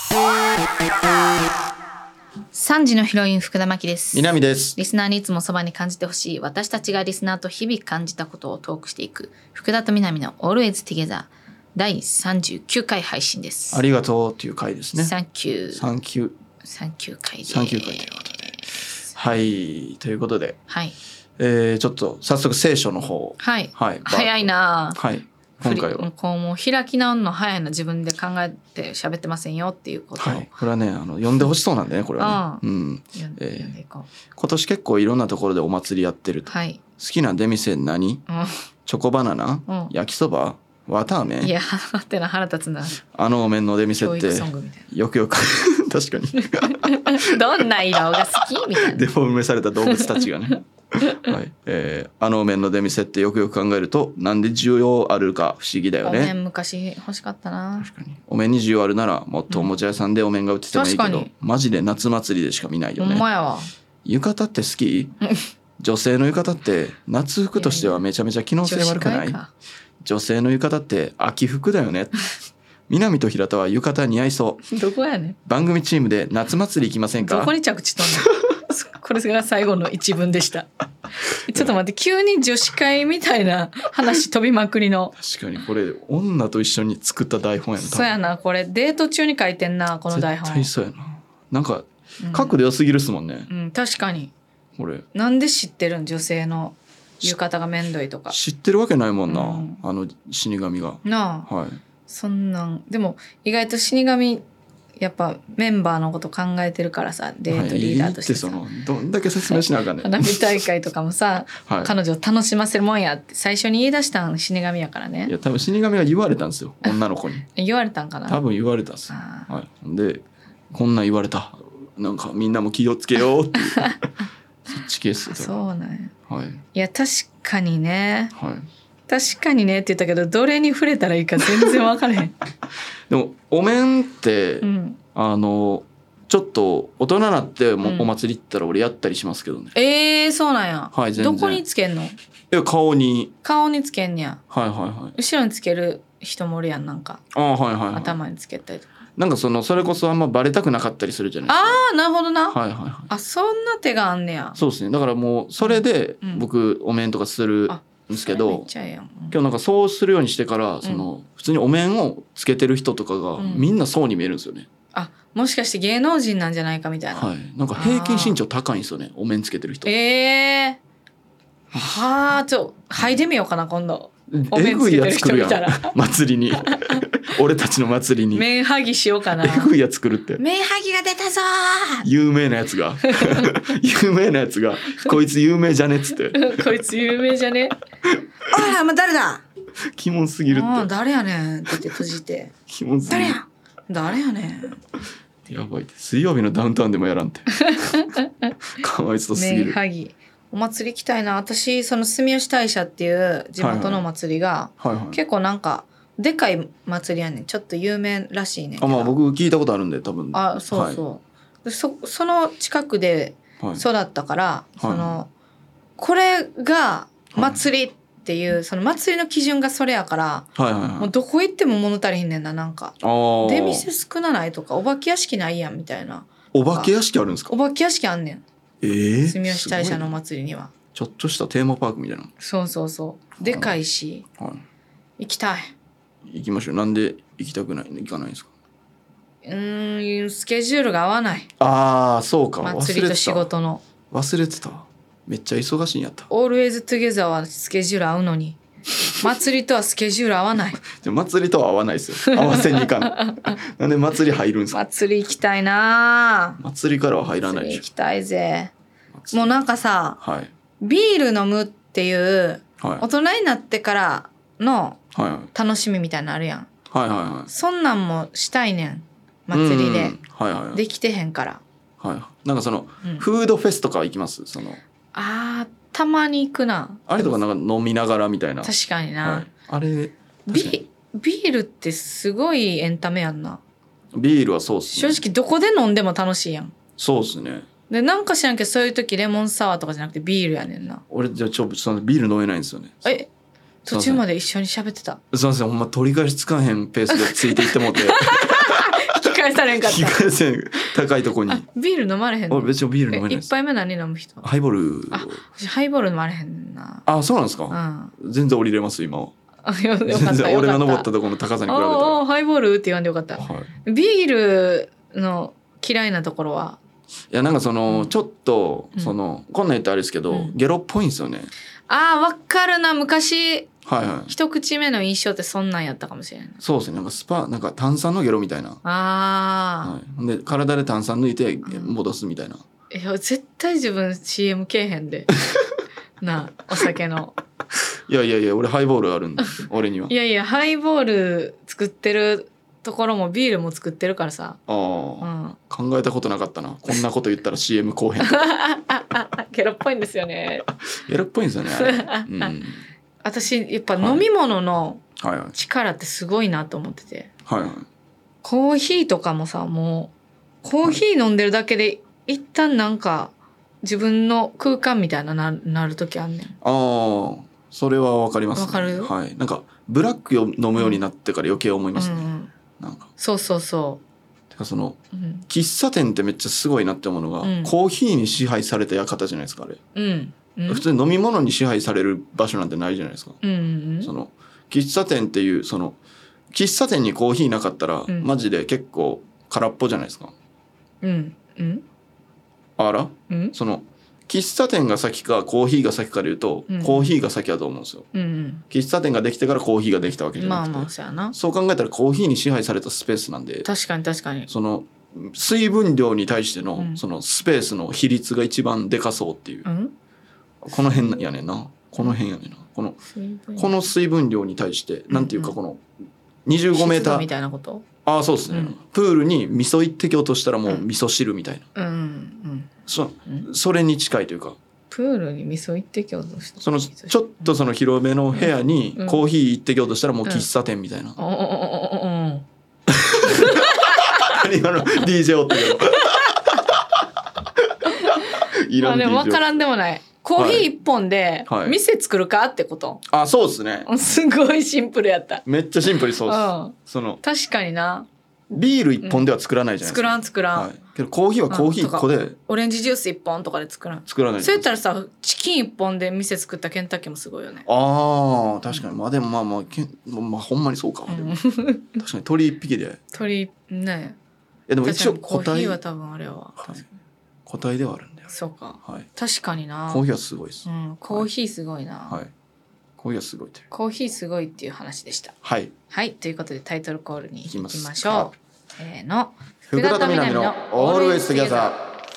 3時のヒロイン福田真希です。 南です。 リスナーにいつもそばに感じてほしい私たちがリスナーと日々感じたことをトークしていく福田と南の Always Together 第39回配信です。 ありがとうという回ですね。 サンキューサンキュー回です。 サンキュー回ということで、はいということで、 はい、 ちょっと早速聖書の方、 はい、 はい、 早いな。 はい今回はこうもう開き直るの早いな。自分で考えて喋ってませんよっていうことを、 はい、これはね読んでほしそうなんでねこれはね、 読んでいこう。 今年結構いろんなところでお祭りやってると、 はい、 好きな出店何、チョコバナナ、焼きそば、綿あめ、 いや待ってな、腹立つな。 お面の出店ってよくよく確かにどんな色が好きみたいなデフォルメされた動物たちがねはい、お面の出店ってよくよく考えるとなんで需要あるか不思議だよね。 お面昔欲しかったな。 確かにお面に需要あるならもっとおもちゃ屋さんでお面が売っててもいいけど、マジで夏祭りでしか見ないよね。 ほんまやわ。 浴衣って好き？女性の浴衣って夏服としてはめちゃめちゃ機能性悪くない？女性の浴衣って秋服だよね。南と平田は浴衣似合いそう。 どこやねん。 番組チームで夏祭り行きませんか？ どこに着地とんの？これが最後の一文でした。ちょっと待って、急に女子会みたいな話飛びまくりの。 確かにこれ女と一緒に作った台本やな。 そうやな、これデート中に書いてんな、この台本。 絶対そうやな。なんか角度良すぎるっすもんね。 確かに。 これなんで知ってるん？女性の浴衣がめんどいとか。 知ってるわけないもんな、死神が。 なあ、 はい。 そんなんでも意外と死神やっぱメンバーのこと考えてるからさ、デートリーダーとしてさ、 どんだけ説明しなあかんねん。 花火大会とかもさ、彼女を楽しませるもんやって最初に言い出したん死神やからね。 いや多分死神が言われたんですよ、女の子に。 言われたんかな。 多分言われたんですよ。はい、でこんなん言われた、なんかみんなも気をつけようっていうそっちケース。 そうなんや。 はい。 いや確かにね。 はい。 確かにねって言ったけど、どれに触れたらいいか全然分からへん。 でもお面って、ちょっと大人になっても、お祭り行ったら俺やったりしますけどね。 そうなんや。 はい、全然。 どこにつけんの？ 顔につけんねや。 はいはいはい。 後ろにつける人もおるやん、なんか。 はいはいはい。 頭につけたりとか。 なんかそれこそあんまバレたくなかったりするじゃないですか。 なるほどな。 はいはいはい。 あ、そんな手があんねや。 そうですね。だからもうそれで僕お面とかするんですけど、今日なんかそうするようにしてから、普通にお面をつけてる人とかがみんなそうに見えるんですよね。 もしかして芸能人なんじゃないかみたいな。 はい。なんか平均身長高いんですよね、お面つけてる人。 はあ、嗅いでみようかな今度。 えぐいやつ来るやん、祭りに。俺たちの祭りに面剥ぎしようかな。 えぐいやつ来るって。 面剥ぎが出たぞー。 有名なやつがこいつ有名じゃねっつってこいつ有名じゃね。おい、誰だ。 キモすぎるって。 誰やねんって言って閉じて。 キモすぎる。 誰やねん。 やばいって。水曜日のダウンタウンでもやらんって。かわいそうすぎる。 面剥ぎ。お祭り行きたいな。私その住吉大社っていう地元の祭りが、結構なんかでかい祭りやねん。ちょっと有名らしいねん。 僕聞いたことあるんで多分。 そうそう、その近くで育ったから、これが祭りっていう、その祭りの基準がそれやから、もうどこ行っても物足りひんねんな。なんか出店少ないとか、お化け屋敷ないやんみたいな。 お化け屋敷あるんですか？ お化け屋敷あんねん。住吉大社のお祭りにはちょっとしたテーマパークみたいな。 そうでかいし、行きたい。 行きましょう。なんで行きたくないの？行かないんですか？ スケジュールが合わない。 そうか。 祭りと仕事の。 忘れてた。めっちゃ忙しいんやった。 Always Together はスケジュール合うのに、祭りとはスケジュール合わない。 祭りとは合わないですよ。合わせに行かない。なんで祭り入るんですか？ 祭り行きたいな。 祭りからは入らないでしょ。 祭り行きたいぜ。もうなんかさ、ビール飲むっていう、大人になってからの楽しみみたいなのあるやん。そんなんもしたいねん、祭りで。できてへんから。 なんかフードフェスとか行きます？ たまに行くな。 あれとかなんか飲みながらみたいな。 確かにな。 あれビールってすごいエンタメやんな。 ビールはそうっすね。 正直どこで飲んでも楽しいやん。 そうっすね。 でなんか知らんけど、そういう時レモンサワーとかじゃなくてビールやねんな。 俺じゃビール飲めないんですよね。 途中まで一緒に喋ってた。 すいません、ほんま取り返しつかへんペースでついていってもって。 引き返返されんかった。 引き返せん、高いとこに。 ビール飲まれへんの？ 俺別にビール飲めないです。 一杯目何飲む人？ ハイボール。 ハイボール飲まれへんな。 そうなんですか、全然降りれます今は。 よかった。 全然俺が登ったところの高さに比べたら。 ハイボールって言わんでよかった、ビールの嫌いなところは？ いやなんかちょっとこんなん言ったらあれですけど、ゲロっぽいんですよね。 わかるな。昔一口目の印象ってそんなんやったかもしれない。 そうですね。なんか炭酸のゲロみたいな。で体で炭酸抜いて戻すみたいな。 いや絶対自分 CM けえへんでなあ、お酒の。 いや俺ハイボールあるんだ俺には。 いやハイボール作ってるところもビールも作ってるからさ。 考えたことなかったな。こんなこと言ったら CM こうへん。 ゲロっぽいんですよね。 ゲロっぽいんですよねあれ。 私やっぱ飲み物の力ってすごいなと思ってて、コーヒーとかもさ、もうコーヒー飲んでるだけで一旦なんか自分の空間みたいななる時あんねん。 それはわかります、ね。 わかる？ なんかブラックを飲むようになってから余計思いますね。なんかそう。 てか喫茶店ってめっちゃすごいなって思うのが、コーヒーに支配された館じゃないですかあれ。普通に飲み物に支配される場所なんてないじゃないですか。喫茶店っていう喫茶店にコーヒーなかったら、マジで結構空っぽじゃないですか。喫茶店が先かコーヒーが先かで言うと、コーヒーが先だと思うんですよ。喫茶店ができてからコーヒーができたわけじゃなくて、そう考えたらコーヒーに支配されたスペースなんで、 確かに水分量に対してのそのスペースの比率が一番でかそうっていう、この辺やねんな。このの水分量に対してなんていうか、この25メーターみたいなこと。 そうですね、プールに味噌一滴落としたらもう味噌汁みたいな、それに近いというか、 プールに味噌一滴落としたちょっと広めの部屋にコーヒー一滴落としたらもう喫茶店みたいな。今の DJ おったけどでも分からんでもない。コーヒー一本で店作るかってこと。 そうですね。 すごいシンプルやった。 めっちゃシンプル。そうです。 確かにな。 ビール一本では作らないじゃないですか。 作らん。 けどコーヒーはコーヒー一個で、 オレンジジュース一本とかで作らない。そうやったらさ、チキン一本で店作ったケンタッキーもすごいよね。 確かに。でもほんまにそうか。確かに鳥一匹で。 鳥ね。 でも一応コーヒーは多分あれは個体ではあるんだよ。 そうか。確かにな。 コーヒーはすごいです。 コーヒーすごいな。 コーヒーはすごいという。 コーヒーすごいっていう話でした。はい。ということでタイトルコールに行きましょう。せーの。 福田と南のオールウェイズトゥギャザー。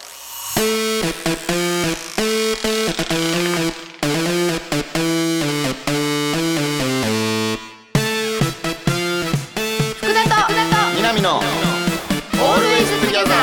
福田と南のオールウェイズトゥギャザー。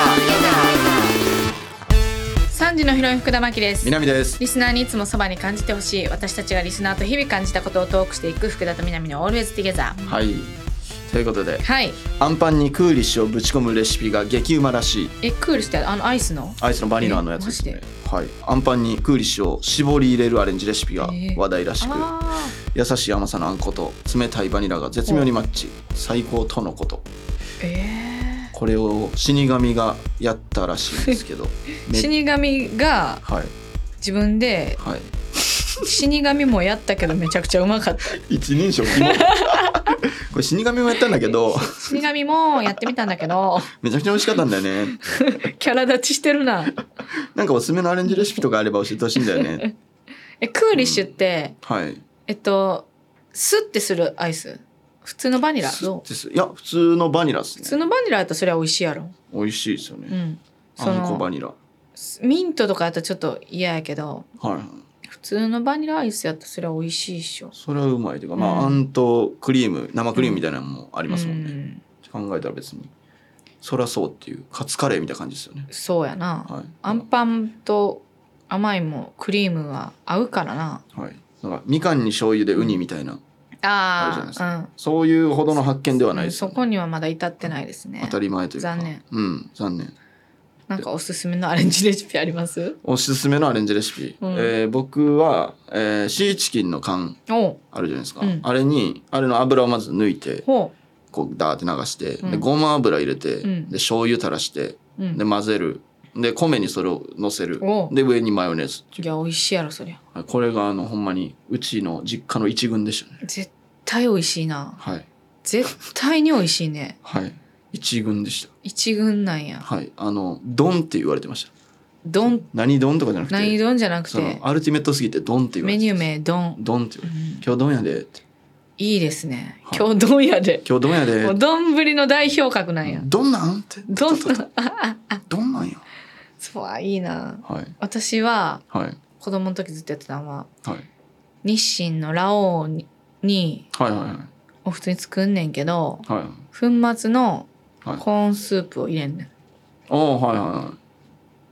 3時のヒロイン福田真希です。 南です。 リスナーにいつもそばに感じてほしい、私たちがリスナーと日々感じたことをトークしていく福田と南のオールウェイズトゥギャザー。 はい。ということで、アンパンにクーリッシュをぶち込むレシピが激うまらしい。 クーリッシュってアイスのバニラのやつですね。アンパンにクーリッシュを絞り入れるアレンジレシピが話題らしく、優しい甘さのあんこと冷たいバニラが絶妙にマッチ、最高とのこと。これを死神がやったらしいんですけど死神が自分で、死神もやったけどめちゃくちゃうまかった。 一人称これ死神もやったんだけど死神もやってみたんだけどめちゃくちゃ美味しかったんだよねキャラ立ちしてるな。 なんかおすすめのアレンジレシピとかあれば教えてほしいんだよねクーリッシュって、スッてするアイス？普通のバニラ？どう？ いや普通のバニラですね。 普通のバニラだとそれは美味しいやろ。 美味しいですよね。あんこバニラ。 ミントとかだとちょっと嫌やけど、普通のバニラアイスやったらそれは美味しいっしょ。 それはうまいというか、あんとクリーム、生クリームみたいなのもありますもんね。考えたら別にそらそうっていうカツカレーみたいな感じですよね。 そうやな。あんパンと甘いもクリームは合うからな。 なんかみかんに醤油でウニみたいな。あるじゃないですか。そういうほどの発見ではないです、 そこにはまだ至ってないですね。 当たり前というか。 残念。 残念。 なんかおすすめのアレンジレシピあります？ おすすめのアレンジレシピ。僕は、シーチキンの缶あるじゃないですか。あれの油をまず抜いて、 こうダーって流して、でごま油入れて、で醤油垂らして、で混ぜる、で米にそれを乗せる、で上にマヨネーズ。 いや美味しいやろそりゃ。 これがほんまにうちの実家の一軍でしたね。 絶対美味しいな。 はい。 絶対に美味しいね。 はい。一軍でした。 一軍なんや。 はい。丼って言われてました。 丼。 何丼とかじゃなくて。 何丼じゃなくて。 アルティメットすぎて丼って言われて。 メニュー名丼。 丼って言われて。今日丼やでって。 いいですね。はい、今日丼やで。 今日丼やで。 もう丼の代表格なんや。 丼なんって。 丼なんや。 そういいな。 はい。 私は、 はい、 子供の時ずっとやってたのは、 はい、 日清のラオウに、 はいはいはい、 お普通に作んねんけど、 はい、 粉末のコーンスープを入れんねん。 はいはいはい。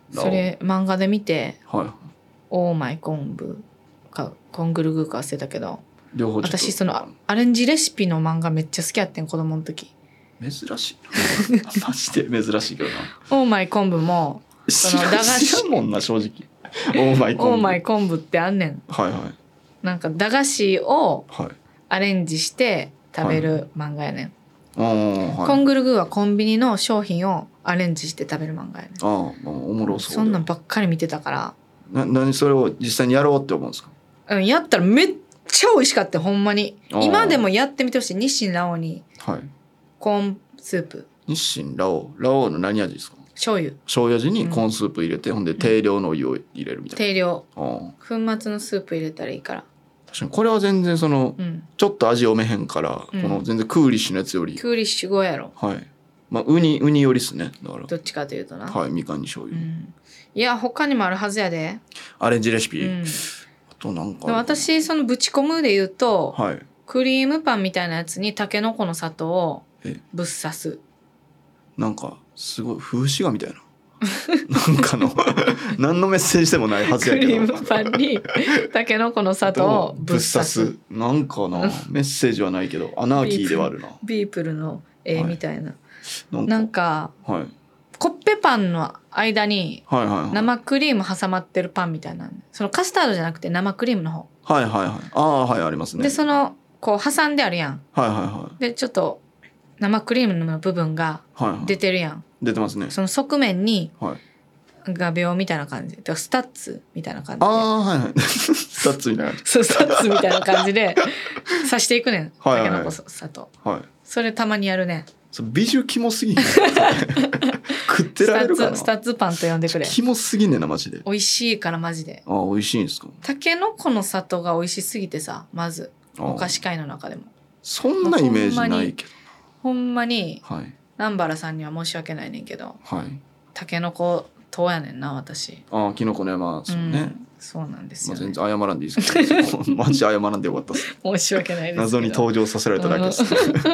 それ漫画で見て、 はい、 オーマイ昆布かコングルグーか忘れたけど、 両方私そのアレンジレシピの漫画めっちゃ好きやってん子供の時。 珍しいマジで珍しいけどな。 オーマイ昆布もその駄菓子知らんもんな正直。オーマイ昆布ってあんねん。 はいはい。 なんか駄菓子をアレンジして食べる漫画やねん。 はい、 コングルグーはコンビニの商品をアレンジして食べる漫画やねん。 おもろそう。 そんなんばっかり見てたから。 何それを実際にやろうって思うんですか？ やったらめっちゃ美味しかったほんまに。今でもやってみてほしい。日清ラオウにコーンスープ。 日清ラオウの何味ですか？ 醤油味にコーンスープ入れて、ほんで定量のお湯を入れるみたいな。 定量。粉末のスープ入れたらいいから。 確かにこれは全然ちょっと味読めへんから、この全然クーリッシュのやつより。 クーリッシュ語やろ。 はい。まあウニよりっすね。だから。 どっちかというとな。 はい、みかんに醤油。 いや他にもあるはずやで。 アレンジレシピ。あとなんか。 私そのぶち込むで言うと、 はい、 クリームパンみたいなやつにタケノコの砂糖をぶっ刺す。 なんかすごい風刺画みたいな。なんか何のメッセージでもないはずやけど。 クリームパンにタケノコの砂糖をぶっ刺す。 なんかなメッセージはないけどアナーキーではあるな。 ビープルの絵みたいな。なんか、はい、コッペパンの間に生クリーム挟まってるパンみたいな。そのカスタードじゃなくて生クリームの方。 はいはいはい。はいありますね。 でこう挟んであるやん。 はいはいはい。 でちょっと生クリームの部分が出てるやん。 出てますね。 その側面に画鋲みたいな感じで、スタッツみたいな感じで。 はいはい。スタッツみたいな。 そうスタッツみたいな感じで刺していくねん。タケノコ砂糖。はい。それたまにやるね。 美女キモすぎん。食ってられるかな。 スタッツパンと呼んでくれ。 キモすぎんねんなマジで。 美味しいからマジで。 美味しいんですか。 タケノコの砂糖が美味しすぎてさ、まずお菓子界の中でも。 そんなイメージないけど。 ほんまに。 はい。 南原さんには申し訳ないねんけど、 はい、 タケノコ党やねんな私。 キノコの山ですよね、 そうなんですよ、ね。 全然謝らんでいいですけどマジ謝らんでよかったです。 申し訳ないですけど。 謎に登場させられただけです、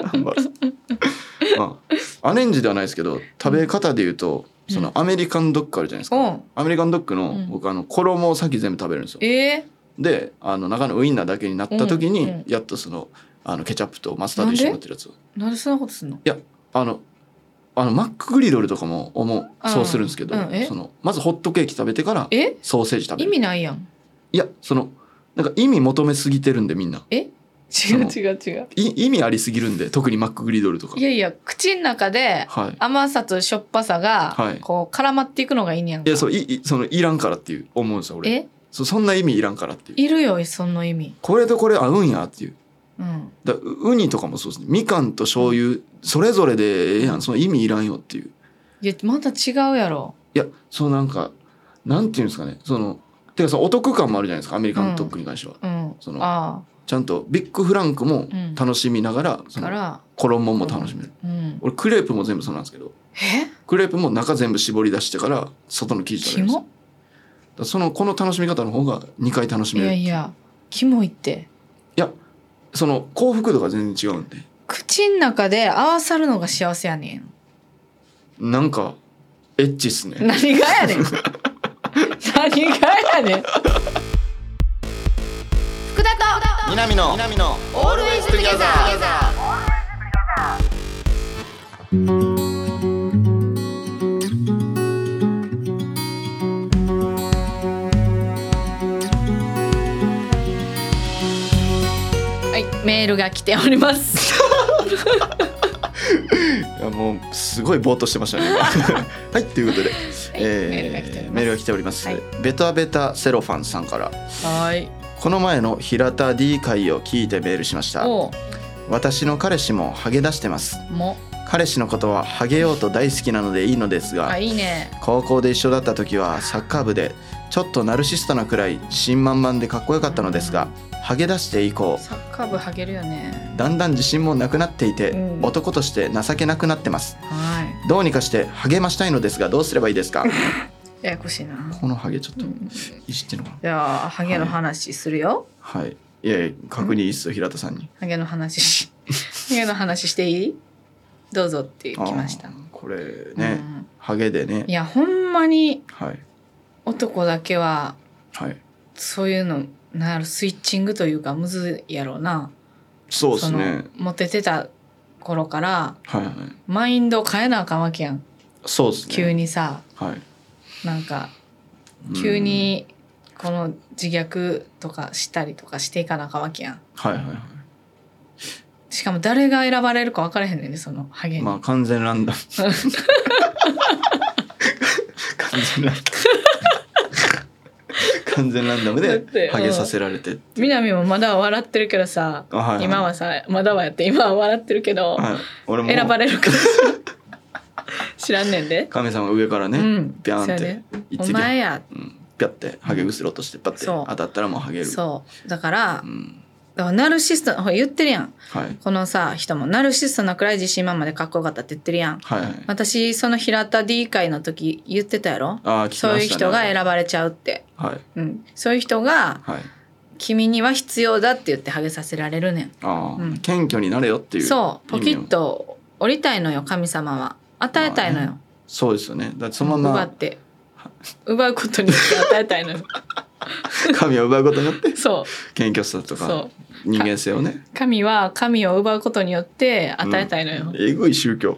アレンジではないですけど食べ方で言うと、そのアメリカンドッグあるじゃないですか、アメリカンドッグの、僕衣を先全部食べるんですよ。で中のウインナーだけになった時に、やっとケチャップとマスタード一緒になってるやつを。 なんでそんなことすんの？ いやマックグリドルとかもそうするんですけど、まずホットケーキ食べてからソーセージ食べる。 意味ないやん。 いやなんか意味求めすぎてるんでみんな。 違う意味ありすぎるんで、特にマックグリドルとか。 いや口の中で甘さとしょっぱさがこう絡まっていくのがいいんやんか。 いやいらんからっていう思うんですよ俺。そんな意味いらんからっていう。 いるよその意味。 これとこれ合うんやっていう。ウニとかもそうですね。みかんと醤油それぞれでええやん。その意味いらんよっていう。 いやまた違うやろ。 いやなんかなんていうんですかね。てかお得感もあるじゃないですか、アメリカンドッグに関しては。ちゃんとビッグフランクも楽しみながら、衣も楽しめる。俺クレープも全部そうなんですけど。クレープも中全部絞り出してから外の生地食べるんですよ。この楽しみ方の方が2回楽しめる。 いやキモいって。いや幸福度が全然違うんで。 口の中で合わさるのが幸せやねん。なんかエッチっすね。 何がやねん。何がやねん。福田と南のオールウェイズトゥギャザー。メールが来ております。 やもうすごいぼーっとしてましたねはいということで、メールが来ております、はい、ベタベタセロファンさんから。 はい。 この前の平田 D 会を聞いてメールしました。私の彼氏もハゲ出してます。彼氏のことはハゲようと大好きなのでいいのですが、 いいね、 高校で一緒だった時はサッカー部でちょっとナルシストなくらい自信満々でかっこよかったのですが、ハゲ出して以降サッカー部ハゲるよね。 だんだん自信もなくなっていて、男として情けなくなってます、はい、どうにかして励ましたいのですがどうすればいいですかややこしいな。 このハゲちょっといじってんのかな。 じゃあハゲの話するよ。 はい、いやいや確認いいっすよ、平田さんに。 ハゲの話していい？どうぞって来ました。 これね、ハゲでね。 いやほんまに、 はい、 男だけは、 はい、 そういうのなんやろ、スイッチングというかむずいやろうな。 そうですね。 モテてた頃から、 はいはい、 マインド変えなあかんわけやん。 そうですね。 急にさ、 はい、 なんか急にこの自虐とかしたりとかしていかなあかんわけやん。 はいはいはい。 しかも誰が選ばれるか分からへんねんね、そのハゲに。 まあ完全ランダム完全ランダムでハゲさせられて。 南もまだ笑ってるけどさ、はいはい、今はさまだはやって今は笑ってるけど、はい、俺も選ばれるか知らんねんで。 神様上からね、ビャーンってお前や、 ピャってハゲ薬落としてパッて当たったらもうハゲる。 そうだから、だからナルシスト言ってるやん、はい、このさ人もナルシストなくらい自信満々でかっこよかったって言ってるやん、はいはい、私その平田 D 会の時言ってたやろ。そういう人が選ばれちゃうって、はい、そういう人が、はい、君には必要だって言ってハゲさせられるねん。 謙虚になれよっていう。 そうポキッと降りたいのよ、神様は与えたいのよ、 そうですよね。だってそのまま奪うことによって与えたいのよ神を奪うことによってそう謙虚さとか人間性をね。 神は神を奪うことによって与えたいのよ、 えぐい宗教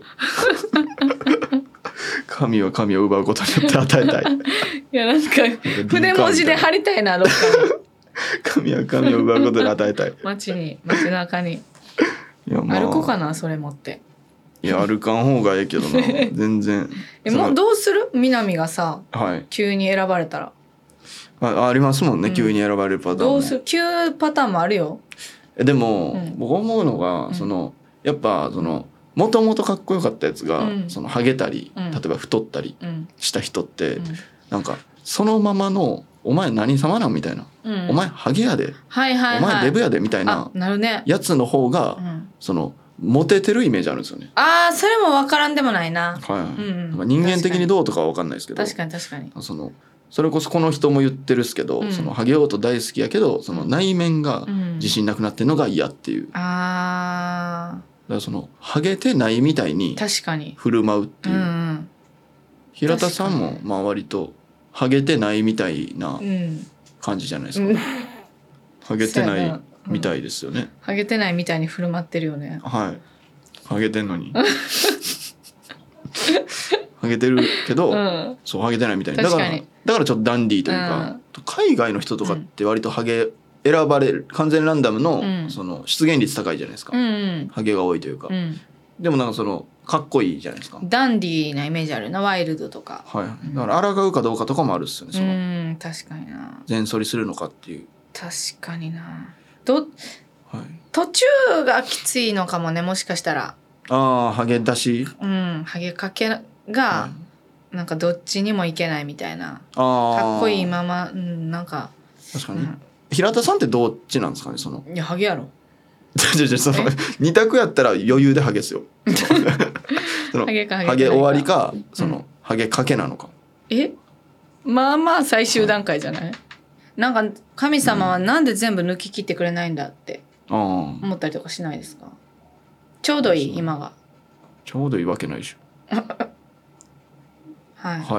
神は神を奪うことによって与えたいいやなんか筆文字で貼りたいな、どっかに神は神を奪うことに与えたい街中に。いや、歩こうかなそれ持って。 いや歩かん方がええけどな全然もうどうする？南がさ、 はい、 急に選ばれたら。 ありますもんね、急に選ばれるパターンも。 どうする？急パターンもあるよ。 でも、僕思うのが、やっぱもともとかっこよかったやつが、ハゲたり、例えば太ったりした人って、なんかそのままのお前何様なんみたいな、お前ハゲやで、お前デブやでみたいなやつの方が、モテてるイメージあるんですよね。 ああ、それも分からんでもないな。 人間的にどうとかは分かんないですけど、 確かにそれこそこの人も言ってるっすけど、ハゲようと大好きやけど内面が自信なくなってるのが嫌っていう、だからハゲてないみたいに振る舞うっていう、平田さんもまあ割とハゲてないみたいな感じじゃないですか、ハゲてないみたいですよね、 ハゲてないみたいに振る舞ってるよね。 はい、ハゲてんのにハゲてるけど、そうハゲてないみたいに、だからちょっとダンディーというか、海外の人とかって割とハゲ選ばれる完全ランダムの、出現率高いじゃないですか、ハゲが多いというか、でもなんかかっこいいじゃないですか。 ダンディーなイメージあるな、ワイルドとか。 はい、だから抗うかどうかとかもあるっすよね。 確かにな。 全剃りするのかっていう。 確かにな。途中がきついのかもね、もしかしたら。 ハゲ出し、 ハゲかけが、なんかどっちにもいけないみたいな、かっこいいまま、なんか確かに、平田さんってどっちなんですかね。 いやハゲやろ二択やったら余裕でハゲですよハゲ終わりかハゲかけなのか。 まあまあ最終段階じゃない？なんか神様はなんで全部抜き切ってくれないんだって思ったりとかしないですか？ちょうどいい、今がちょうどいいわけないでしょはい。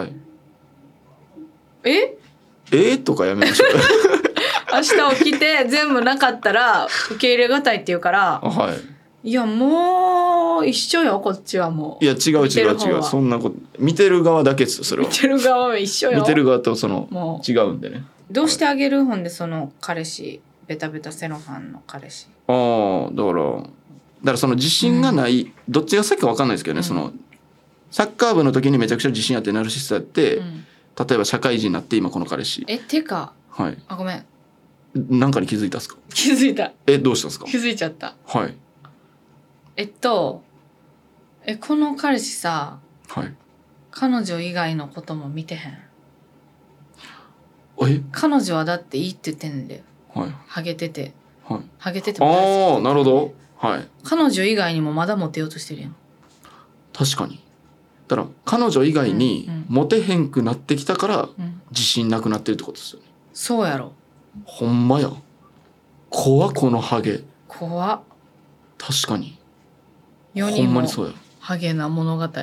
とかやめましょう明日起きて全部なかったら受け入れがたいって言うから、いやもう一緒よ、こっちはもう。 いや違う、そんなこと見てる側だけですよ、それは。 見てる側は一緒よ。 見てる側と違うんでね。 どうしてあげる？ほんで彼氏ベタベタセロファンの彼氏。 だからからその自信がない、どっちが先か分かんないですけどね、そのサッカー部の時にめちゃくちゃ自信あってナルシストやって、例えば社会人になって今この彼氏。 てか、 はい。 ごめん。 なんかに気づいたっすか？ 気づいた。 どうしたんですか？ 気づいちゃった。 はい。 この彼氏さ、 はい。 彼女以外のことも見てへん。彼女はだっていいって言ってんだよ。はい。ハゲてて。はい。ハゲてても大好き。 ああ、なるほど。はい。 彼女以外にもまだモテようとしてるやん。 確かに。だから彼女以外にモテへんくなってきたから自信なくなってるってことですよね。 そうやろ。 ほんまや。怖このハゲ。 怖っ。 確かに。 世にもハゲな物語。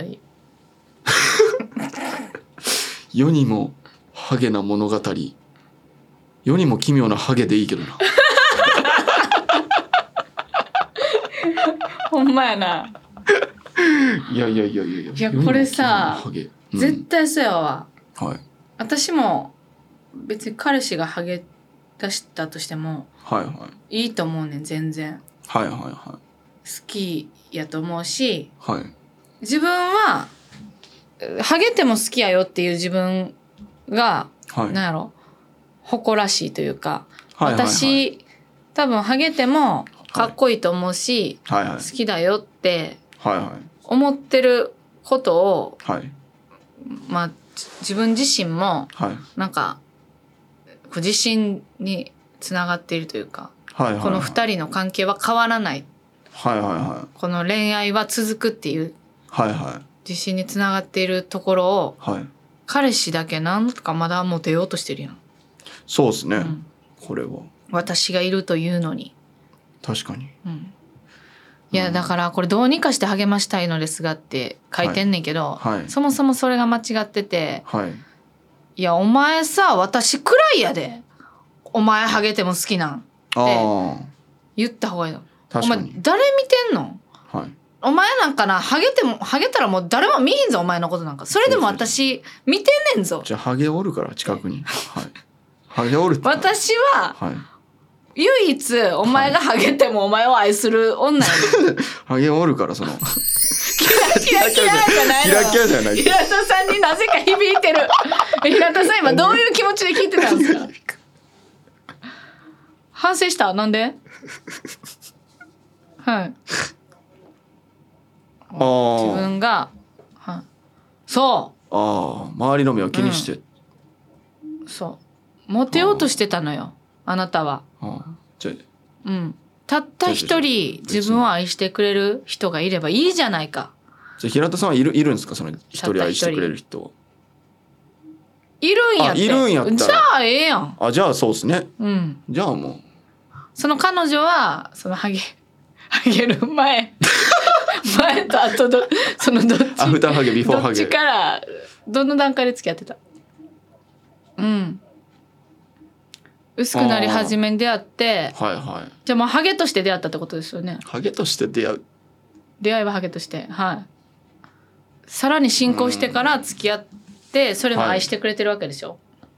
世にもハゲな物語。世にも奇妙なハゲでいいけどな。 ほんまやな。 いやこれさ、絶対そうやわ。 はい。 私も別に彼氏がハゲ出したとしても、いいと思うねん全然。好きやと思うし、自分はハゲても好きやよっていう自分が、なんやろ、誇らしいというか、私多分ハゲてもかっこいいと思うし、好きだよって思ってることを、まあ自分自身もなんか自信につながっているというか、この2人の関係は変わらない、この恋愛は続くっていう自信につながっているところを、彼氏だけなんかまだモテようとしてるやん。 そうですね、これは私がいるというのに。 確かに、 いやだからこれどうにかして励ましたいのですがって書いてんねんけど、そもそもそれが間違ってて、いやお前さ私くらいやでお前ハゲても好きなんって言った方がいいの。お前誰見てんの？お前なんかなハゲたらもう誰も見ひんぞお前のことなんか。それでも私見てんねんぞ。 じゃあハゲおるから近くに。ハゲおるって。 私は、唯一お前がハゲてもお前を愛する女やねん。 ハゲおるからその。 キラキラじゃないの。 キラキラじゃない。 平田さんになぜか響いてる。平田さん今どういう気持ちで聞いてたんですか？反省した？なんで？はい。自分が、そう。 周りの目を気にして。 そう。モテようとしてたのよ。あなたは。たった一人自分を愛してくれる人がいればいいじゃないか。 じゃ平田さんはいるんですか、その一人愛してくれる人は。 いるんやって。 いるんやったら。 じゃあええやん。 じゃあそうですね。じゃあもう。 その彼女はそのハゲる前と後そのどっちアフターハゲビフォーハゲどっちからどの段階で付き合ってた？薄くなり始めに出会って、じゃあもうハゲとして出会ったってことですよね。 ハゲとして出会いはハゲとして、さらに進行してから付き合ってそれも愛してくれてるわけでしょ。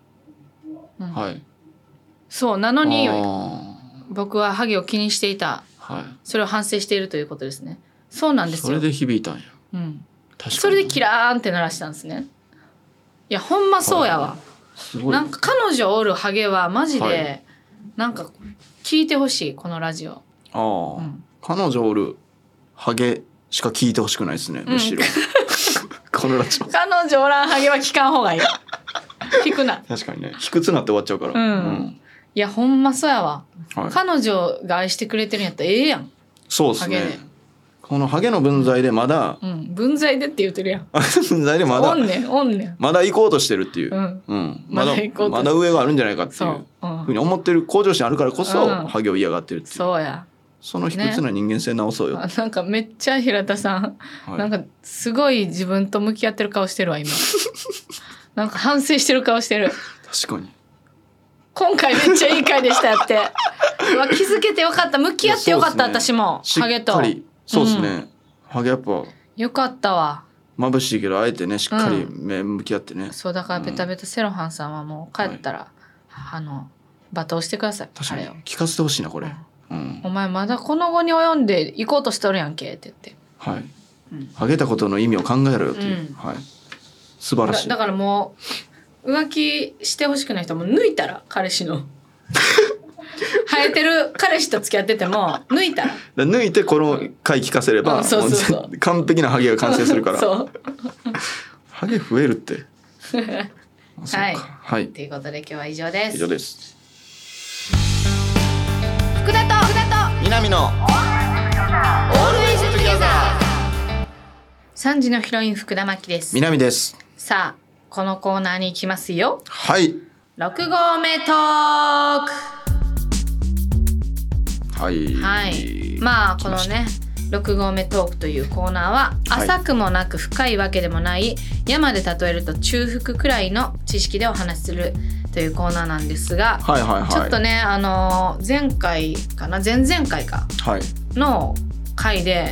そうなのに僕はハゲを気にしていた、それを反省しているということですね。そうなんですよ。 それで響いたんや。 それでキラーンって鳴らしたんですね。いやほんまそうやわ。なんか彼女おるハゲはマジでなんか聞いてほしいこのラジオ。 彼女おるハゲしか聞いてほしくないですね、むしろ。このラジオ。 彼女おらんハゲは聞かん方がいい。聞くな。 確かにね、卑屈なって終わっちゃうから。 いやほんまそうやわ。彼女が愛してくれてるんやったらええやん。 そうですね。このハゲの分際でまだ、 分際でって言ってるやん。 分際でまだおんねんまだ行こうとしてるっていう、まだ上があるんじゃないかっていうふうに思ってる向上心あるからこそ、ハゲを嫌がってるっていう。 そうや。 その卑屈な人間性直そうよ。 なんかめっちゃ平田さん、なんかすごい自分と向き合ってる顔してるわ今。なんか反省してる顔してる。 確かに。 今回めっちゃいい回でしたって。気づけてよかった、向き合ってよかった、私もハゲと。 そうですね。ハゲやっぱよかったわ。 眩しいけどあえてねしっかり目向き合ってね。 そうだからベタベタセロハンさんはもう帰ったら罵倒してください。 確かに聞かせてほしいなこれ。 お前まだこの後に及んで行こうとしとるやんけって言って、 はい、ハゲたことの意味を考えろよっていう、はい、素晴らしい。 だからもう浮気してほしくない人はもう抜いたら、彼氏の生えてる彼氏と付き合ってても抜いたら抜いてこの回聞かせれば、完璧なハゲが完成するからそうハゲ増えるってはい、はい、ということで今日は以上です。 以上です。 福田と南のオールウェイズトゥギャザー。 3時のヒロイン福田真希です。 南です。 さあこのコーナーに行きますよ。 はい、 6号目トーク。 はい、 はい、まあこのね6号目トークというコーナーは浅くもなく深いわけでもない、山で例えると中腹くらいの知識でお話しするというコーナーなんですが、 はいはいはい、 ちょっとね前回かな前々回かの回で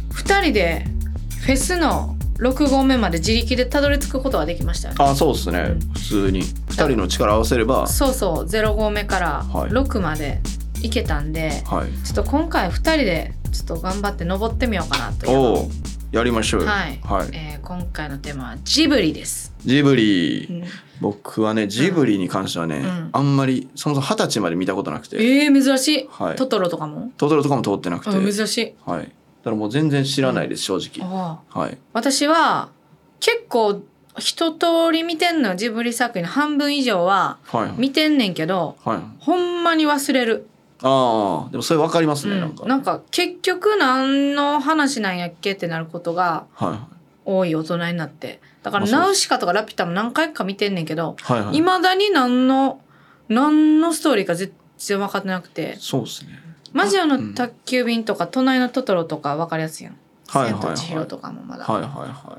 2人でフェスの6合目まで自力でたどり着くことができましたよね。 あ、そうですね、普通に2人の力を合わせればそう0合目から6まで行けたんで、はい、ちょっと今回2人でちょっと頑張って登ってみようかなという。 お、やりましょう。 はい、はい、今回のテーマはジブリです。 ジブリ、僕はねジブリに関してはね、あんまりそもそも20歳まで見たことなくて。 珍しい、はい、トトロとかも通ってなくて。 珍しい。 はい、だからもう全然知らないです、正直。はい、 私は結構一通り見てんの。ジブリ作品の半分以上は見てんねんけど、はいはい、ほんまに忘れる。 ああ、でもそれ分かりますね、 なんか結局何の話なんやっけってなることが多い大人になって。だからナウシカとかラピュタも何回か見てんねんけど、いまだに何のストーリーか全然分かってなくて。 そうですね。 魔女の宅急便とか隣のトトロとか分かりやすいやん。千と千尋とかもまだ。はいはいはい。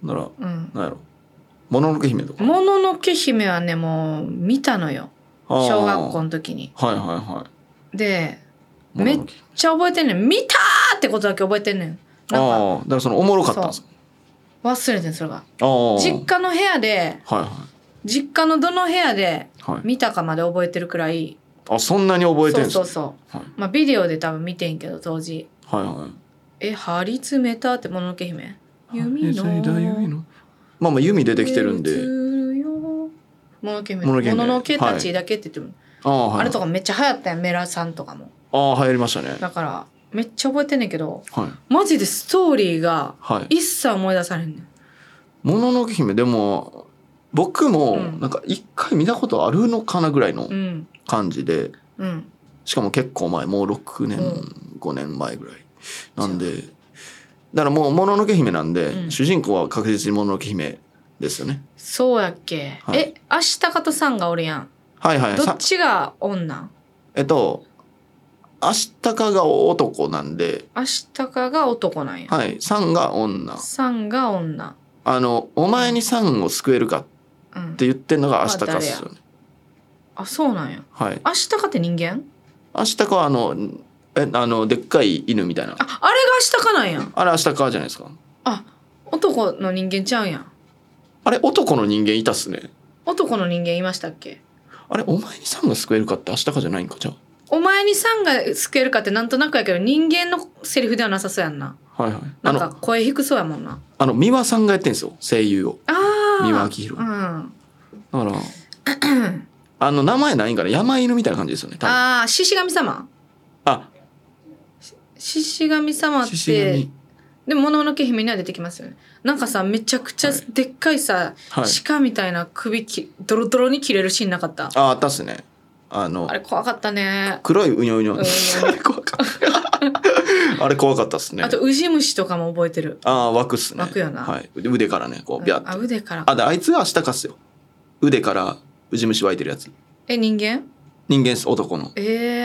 なら、なんやろ。もののけ姫とか。 もののけ姫はねもう見たのよ。小学校の時に。 はいはいはい。でめっちゃ覚えてんねん。見たーってことだけ覚えてんねん。 なんかだからそのおもろかったんですか。 忘れてんそれが。実家の部屋で、はいはい、実家のどの部屋で見たかまで覚えてるくらい。 あ、そんなに覚えてんすか。 そう、はい、まあビデオで多分見てんけど当時。はいはい。張り詰めたってもののけ姫。弓の。 まあ弓出てきてるんで。 もののけ姫。もののけたちだけって言っても。あれとかめっちゃ流行ったやん、メラさんとかも。 ああ、流行りましたね。 だからめっちゃ覚えてんねんけど、マジでストーリーが一切思い出されんねん。 もののけ姫でも僕もなんか一回見たことあるのかなぐらいの感じで、しかも結構前、もう6年、5年前ぐらいなんで、だからもうもののけ姫なんで、主人公は確実にもののけ姫ですよね。 そうやっけ。アシタカとサンがおるやん。はいはい。どっちが女？ アシタカが男なんで。 アシタカが男なんや。 はい。サンが女。 サンが女。 お前にサンを救えるかって言ってんのがアシタカっすよね。 あ、そうなんや。はい。アシタカって人間？ アシタカはでっかい犬みたいな。 あれがアシタカなんや。 あれアシタカじゃないですか。 あ、男の人間ちゃうんや。 あれ男の人間いたっすね。 男の人間いましたっけ？あれお前にサンが救えるかってアシタカじゃないんか。じゃあお前にサンが救えるかってなんとなくやけど人間のセリフではなさそうやんな。はいはい。なんか声低そうやもんな。 三輪さんがやってんすよ、声優を。三輪明宏。だから名前ないんかな、山犬みたいな感じですよね。 獅子神様。獅子神様ってでもののけ姫には出てきますよね。なんかさめちゃくちゃでっかいさ、鹿みたいな首ドロドロに切れるシーンなかった？ あったっすね。 あれ怖かったね。 黒いうにょうにょ。あれ怖かったっすね。 あとウジ虫とかも覚えてる。 湧くっすね。 湧くよな。 はい。腕からねこうビャッと。 腕から。 あいつがアシタカっすよ。腕からウジ虫湧いてるやつ。 人間？ 人間っす、男の。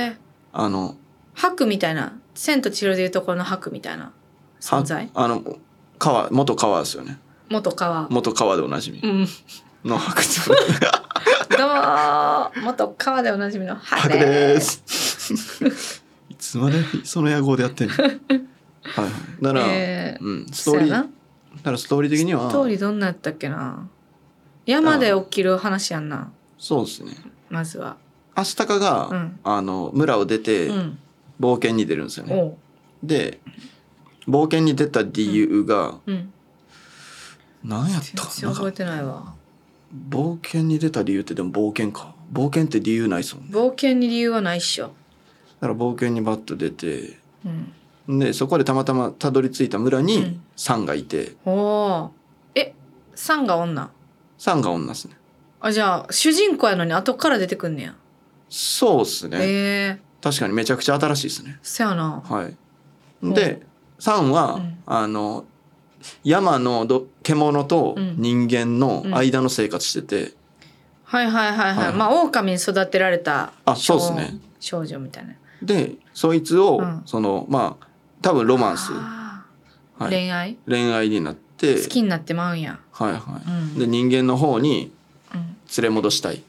白みたいな。千と千尋でいうところの白みたいな存在。 元川ですよね。元川でおなじみ。の白どうも元川でおなじみの白です。いつまでその野号でやってんの。はい。なら、ストーリー。だからストーリー的には。 ストーリーどんなやったっけな。山で起きる話やんな。 そうですね。 まずは。 アシタカが、村を出て、 冒険に出るんですよね。で冒険に出た理由が、何やったかな。 全然覚えてないわ。 冒険に出た理由ってでも冒険か。冒険って理由ないっすもんね。 冒険に理由はないっしょ。 だから冒険にバッと出て、でそこでたまたまたどり着いた村にサンがいて、 サンが女？ サンが女っすね。 あ、じゃあ主人公やのに後から出てくんねや。 そうっすね。確かにめちゃくちゃ新しいですね。 そやな。 はい。でサンは、山の獣と人間の間の生活してて、 はいはいはいはい。まあ狼に育てられたそうですね。 少女みたいな。 でそいつを、そのまあ多分ロマンス、 恋愛になって好きになってまうんや。 はいはい。で人間の方に連れ戻したい。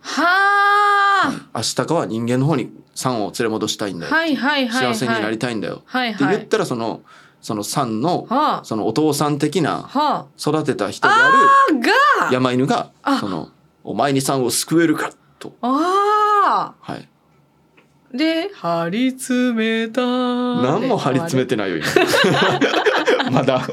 アシタカは人間の方にサンを連れ戻したいんだよ。幸せになりたいんだよ。って言ったらそのサンのそのお父さん的な育てた人である山犬がそのお前にサンを救えるかと。 で張り詰めた。 何も張り詰めてないよ今。まだ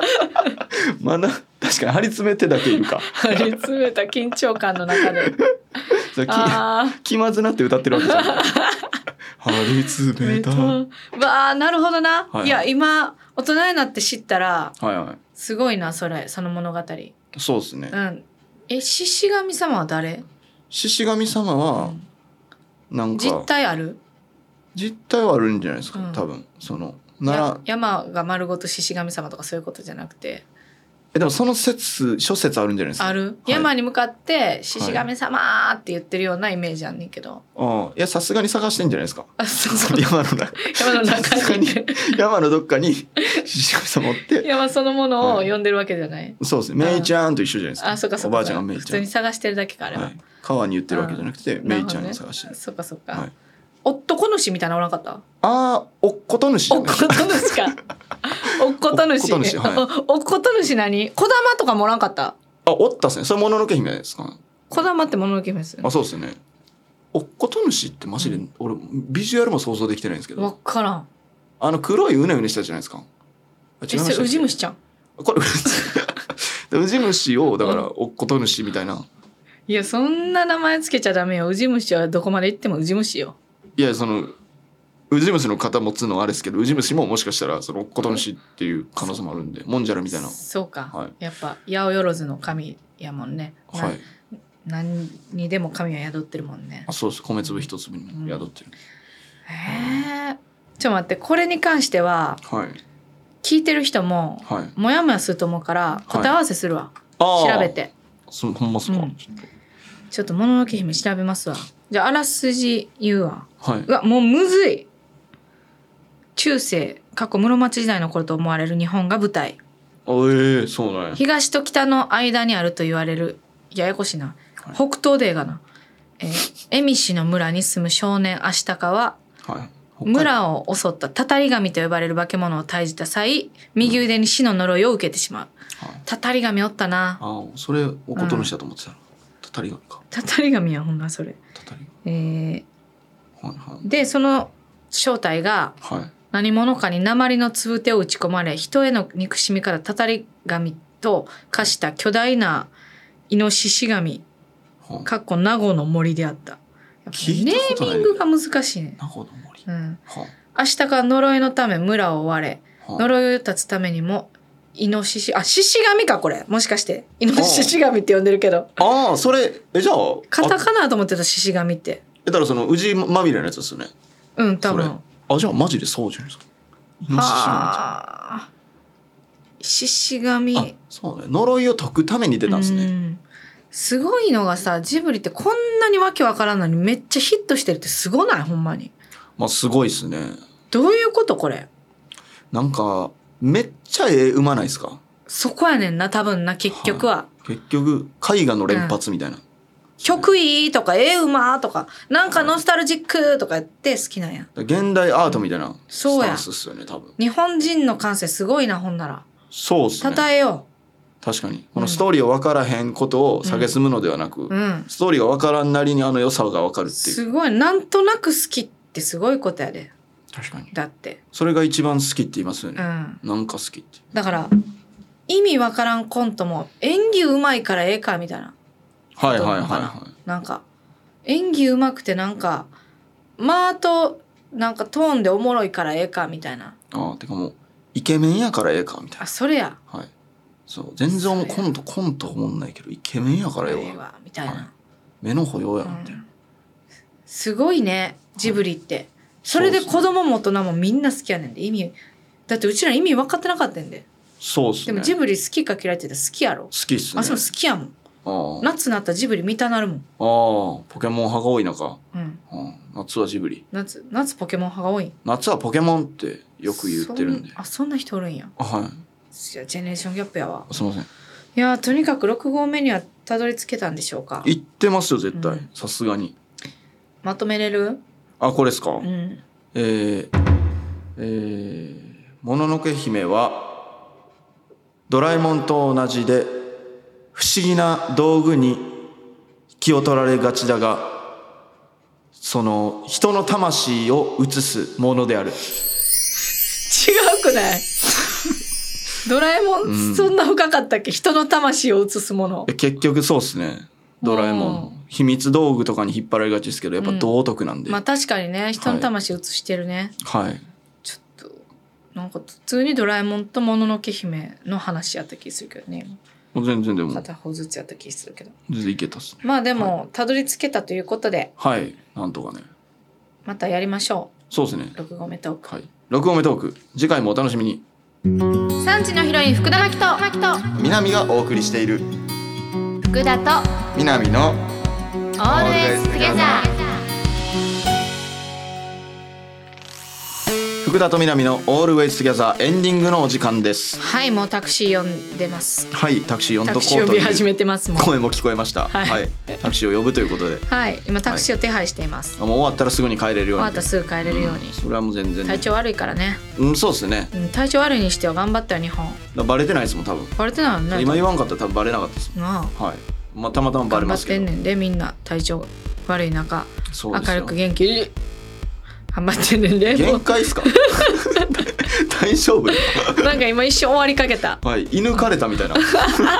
確かに張り詰めてだけいるか。 張り詰めた緊張感の中で気まずなって歌ってるわけじゃない。張り詰めた。 わあ、なるほどな。いや今大人になって知ったら、すごいなその物語。 そうですね。 獅子神様は誰？ 獅子神様はなんか実体ある？ 実体はあるんじゃないですか、多分。 山が丸ごと獅子神様とかそういうことじゃなくて。 でもその諸説あるんじゃないですか。 ある、山に向かって獅子神様って言ってるようなイメージあんねんけど。 いやさすがに探してんじゃないですか。山の中に山のどっかに獅子神様おって山そのものを呼んでるわけじゃない。 そうですね。メイちゃんと一緒じゃないですか。 そうかそうか。 おばあちゃんがメイちゃん。 普通に探してるだけかあれは。 川に言ってるわけじゃなくてメイちゃんに探してる。 そうかそうか。男主みたいなのおらんかった？ おっこと主。 おっこと主か。おっこと主。おっこと主何？小玉とかもおらんかった？ おったっすね。それもののけ姫ですか。 小玉ってもののけ姫ですよね。 そうですね。おっこと主ってマジで、俺ビジュアルも想像できてないんですけど。 わからん。 黒いうねうねしたじゃないですか。 それウジ虫ちゃん。 これウジ虫をだからおっこと主みたいな。 いやそんな名前つけちゃダメよ。ウジ虫はどこまで行ってもウジ虫よ。 いやウジ虫の型持つのはあれですけど、ウジ虫ももしかしたらそのおっこと主っていう可能性もあるんで、モンジャラみたいな。 そうか、やっぱ八百万の神やもんね。何にでも神は宿ってるもんね。 そうです。米粒一粒にも宿ってる。 ちょっと待って、これに関しては、聞いてる人も、もやもやすると思うから答え合わせするわ、調べて。 ほんまそうか、 ちょっともののけ姫調べますわ。じゃああらすじ言うわ。うわもうむずい。中世過去室町時代の頃と思われる日本が舞台。 そうなんや。 東と北の間にあると言われる、ややこしいな、北東でがな、蝦夷の村に住む少年アシタカは、村を襲ったたたり神と呼ばれる化け物を退治した際、右腕に死の呪いを受けてしまう。たたり神おったな。 それおこと主だと思ってたの。たたり神か。 たたり神やほんまそれ。でその正体が何者かに鉛のつぶてを打ち込まれ、人への憎しみからたたり神と化した巨大なイノシシ神名護の森であった。ネーミングが難しいね。 名護の森。 アシタカは呪いのため村を追われ、呪いを断つためにもイノシシ、獅子神かこれ。もしかしてイノシシ神って呼んでるけど。 それじゃあカタカナと思ってた獅子神って。 だからその宇治まみれのやつですよね。 多分。 じゃあマジでそうじゃないですか。イノシシ神。 獅子神。 そうね。呪いを解くために出たんですね。 すごいのがさ、ジブリってこんなにわけわからんのにめっちゃヒットしてるってすごない？ほんまに。 すごいですね。 どういうことこれ？ なんかめっちゃ生まないですか？ そこやねんな多分な、結局は。 結局絵画の連発みたいな。 曲いいとかうまとかなんかノスタルジックとか言って好きなんや。 現代アートみたいなスタンスっすよね、多分。 日本人の感性すごいな、ほんなら。 そうっすね。 称えよう。 確かにこのストーリーを分からへんことを蔑むのではなく、ストーリーが分からんなりに良さが分かるっていう。 すごい、なんとなく好きってすごいことやで。 確かに。 だってそれが一番好きって言いますよね、なんか好きって。 だから意味わからんコントも演技うまいからええかみたいな。 はいはいはいはい。 なんか演技うまくてなんか間となんかトーンでおもろいからええかみたいな。 てかもうイケメンやからええかみたいな。 それや。 はい。そう全然コント思んないけどイケメンやからええわみたいな、はい、 目の保養やみたいな、 すごいねジブリって、はい、それで子供も大人もみんな好きやねんで。意味だってうちら意味分かってなかったんで。 そうっすね。 でもジブリ好きか嫌いって言ったら好きやろ。 好きっすね。 そう好きやもん。夏なったらジブリ見たなるもん。 ポケモン派が多い中、夏はジブリ。 夏ポケモン派が多い。 夏はポケモンってよく言ってるんで。 そんな人おるんや。 はい。 ジェネレーションギャップやわ。 すいません。いやとにかく6合目にはたどり着けたんでしょうか。 行ってますよ絶対、さすがに。 まとめれる？ これですか。もののけ姫はドラえもんと同じで不思議な道具に気を取られがちだが、その人の魂を映すものである。違うくない？ドラえもん、そんな深かったっけ？人の魂を映すもの。 結局そうっすね。ドラえもん秘密道具とかに引っ張られがちですけど、やっぱ道徳なんで、 確かにね、人の魂映してるね。 はい。 ちょっとなんか普通にドラえもんともののけ姫の話やった気するけどね。 全然でも片方ずつやった気するけど。 全然いけたっすね。 でも、たどり着けたということで。 はい。なんとかね。 またやりましょう。 そうですね。 6合目トーク。 はい。6合目トーク。次回もお楽しみに。 3時のヒロイン福田真希と南がお送りしている福田と南のオールウェイズトゥゲザー。 福田と南のオールウェイズトゥギャザーエンディングのお時間です。 はい、もうタクシー呼んでます。 はい、タクシー呼んどこうというタクシー呼び始めてますもん。 声も聞こえました。はい、タクシーを呼ぶということで。 はい、今タクシーを手配しています。 もう終わったらすぐに帰れるように。 終わったらすぐ帰れるように。 それはもう全然。 体調悪いからね。 そうですね。 体調悪いにしては頑張ったよ日本。 バレてないですもん多分。 バレてないね。 今言わんかったら多分バレなかったですもん。はい。たまたまバレますけど。 頑張ってんねんでみんな体調悪い中、明るく元気に頑張ってんねんで。 限界っすか？大丈夫？ なんか今一瞬終わりかけた。 はい、射抜かれたみたいな。う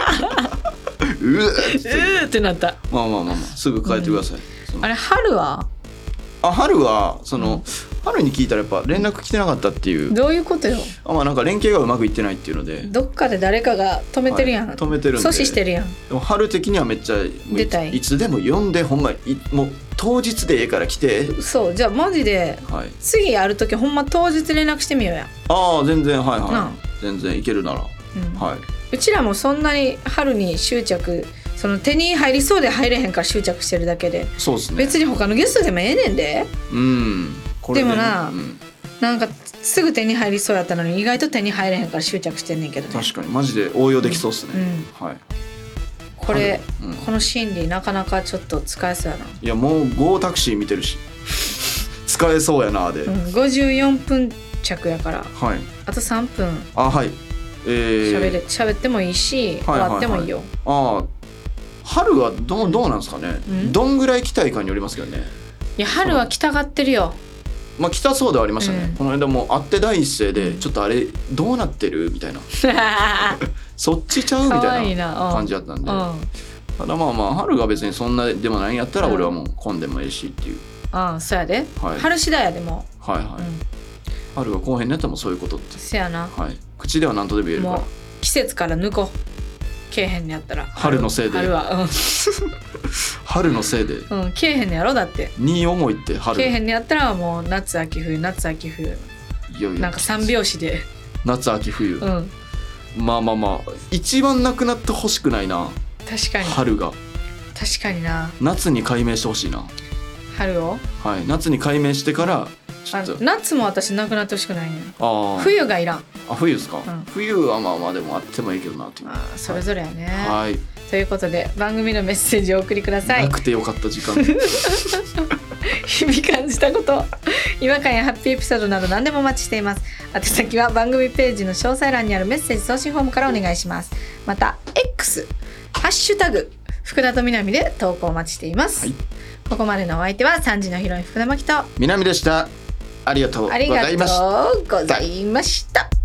ーってなった。 まあすぐ帰ってください。 あれ春は？ 春はその、春に聞いたらやっぱ連絡来てなかったっていう。 どういうことよ？ なんか連携がうまくいってないっていうので。 どっかで誰かが止めてるやん。 止めてるんで。 阻止してるやん。 でも春的にはめっちゃ出たい。 いつでも呼んでほんまもう当日でええから来て。 そうじゃあマジで、次やるときほんま当日連絡してみようや。 全然全然いけるなら、 うちらもそんなに春に執着、その手に入りそうで入れへんから執着してるだけで。 そうですね。 別に他のゲストでもええねんで。でもな、なんかすぐ手に入りそうやったのに意外と手に入れへんから執着してんねんけどね。 確かにマジで応用できそうっすね。はい。 これ、この心理なかなかちょっと使えそうやな。 いやもうGOタクシー見てるし使えそうやなで、 54分着やから、あと3分喋ってもいいし、終わってもいいよ。 春はどうなんですかね。どんぐらい来たいかによりますけどね。 いや春は来たがってるよ。 来たそうではありましたね。この間も会って第一声でちょっとあれどうなってるみたいなそっちちゃうみたいな感じだったんで、ただ春が別にそんなでもないんやったら俺はもう混んでもええしっていう。 そうやで、春次第やでも。 春が後編になったらもそういうことって。 せやな。 口では何とでも言えるから。 季節から抜こう。けえへんのやったら春のせいで。 春は春のせいで。 けえへんのやろだって。 に重いって春。 けえへんのやったらもう夏秋冬夏秋冬。なんか三拍子で。 夏秋冬。一番なくなってほしくないな。 確かに。 春が。 確かにな。 夏に改名してほしいな。 春を？ 夏に改名してから夏も私なくなってほしくないね。冬がいらん。 冬ですか？冬はでもあってもいいけどなっていう。 それぞれやね。ということで番組のメッセージをお送りください。 なくてよかった時間。 日々感じたこと、違和感やハッピーエピソードなど何でもお待ちしています。宛先は番組ページの詳細欄にあるメッセージ送信フォームからお願いします。また Xハッシュタグ福田と南で投稿お待ちしています。ここまでのお相手は3時のヒロイン福田真希と南でした。 ありがとうございました。 ありがとうございました。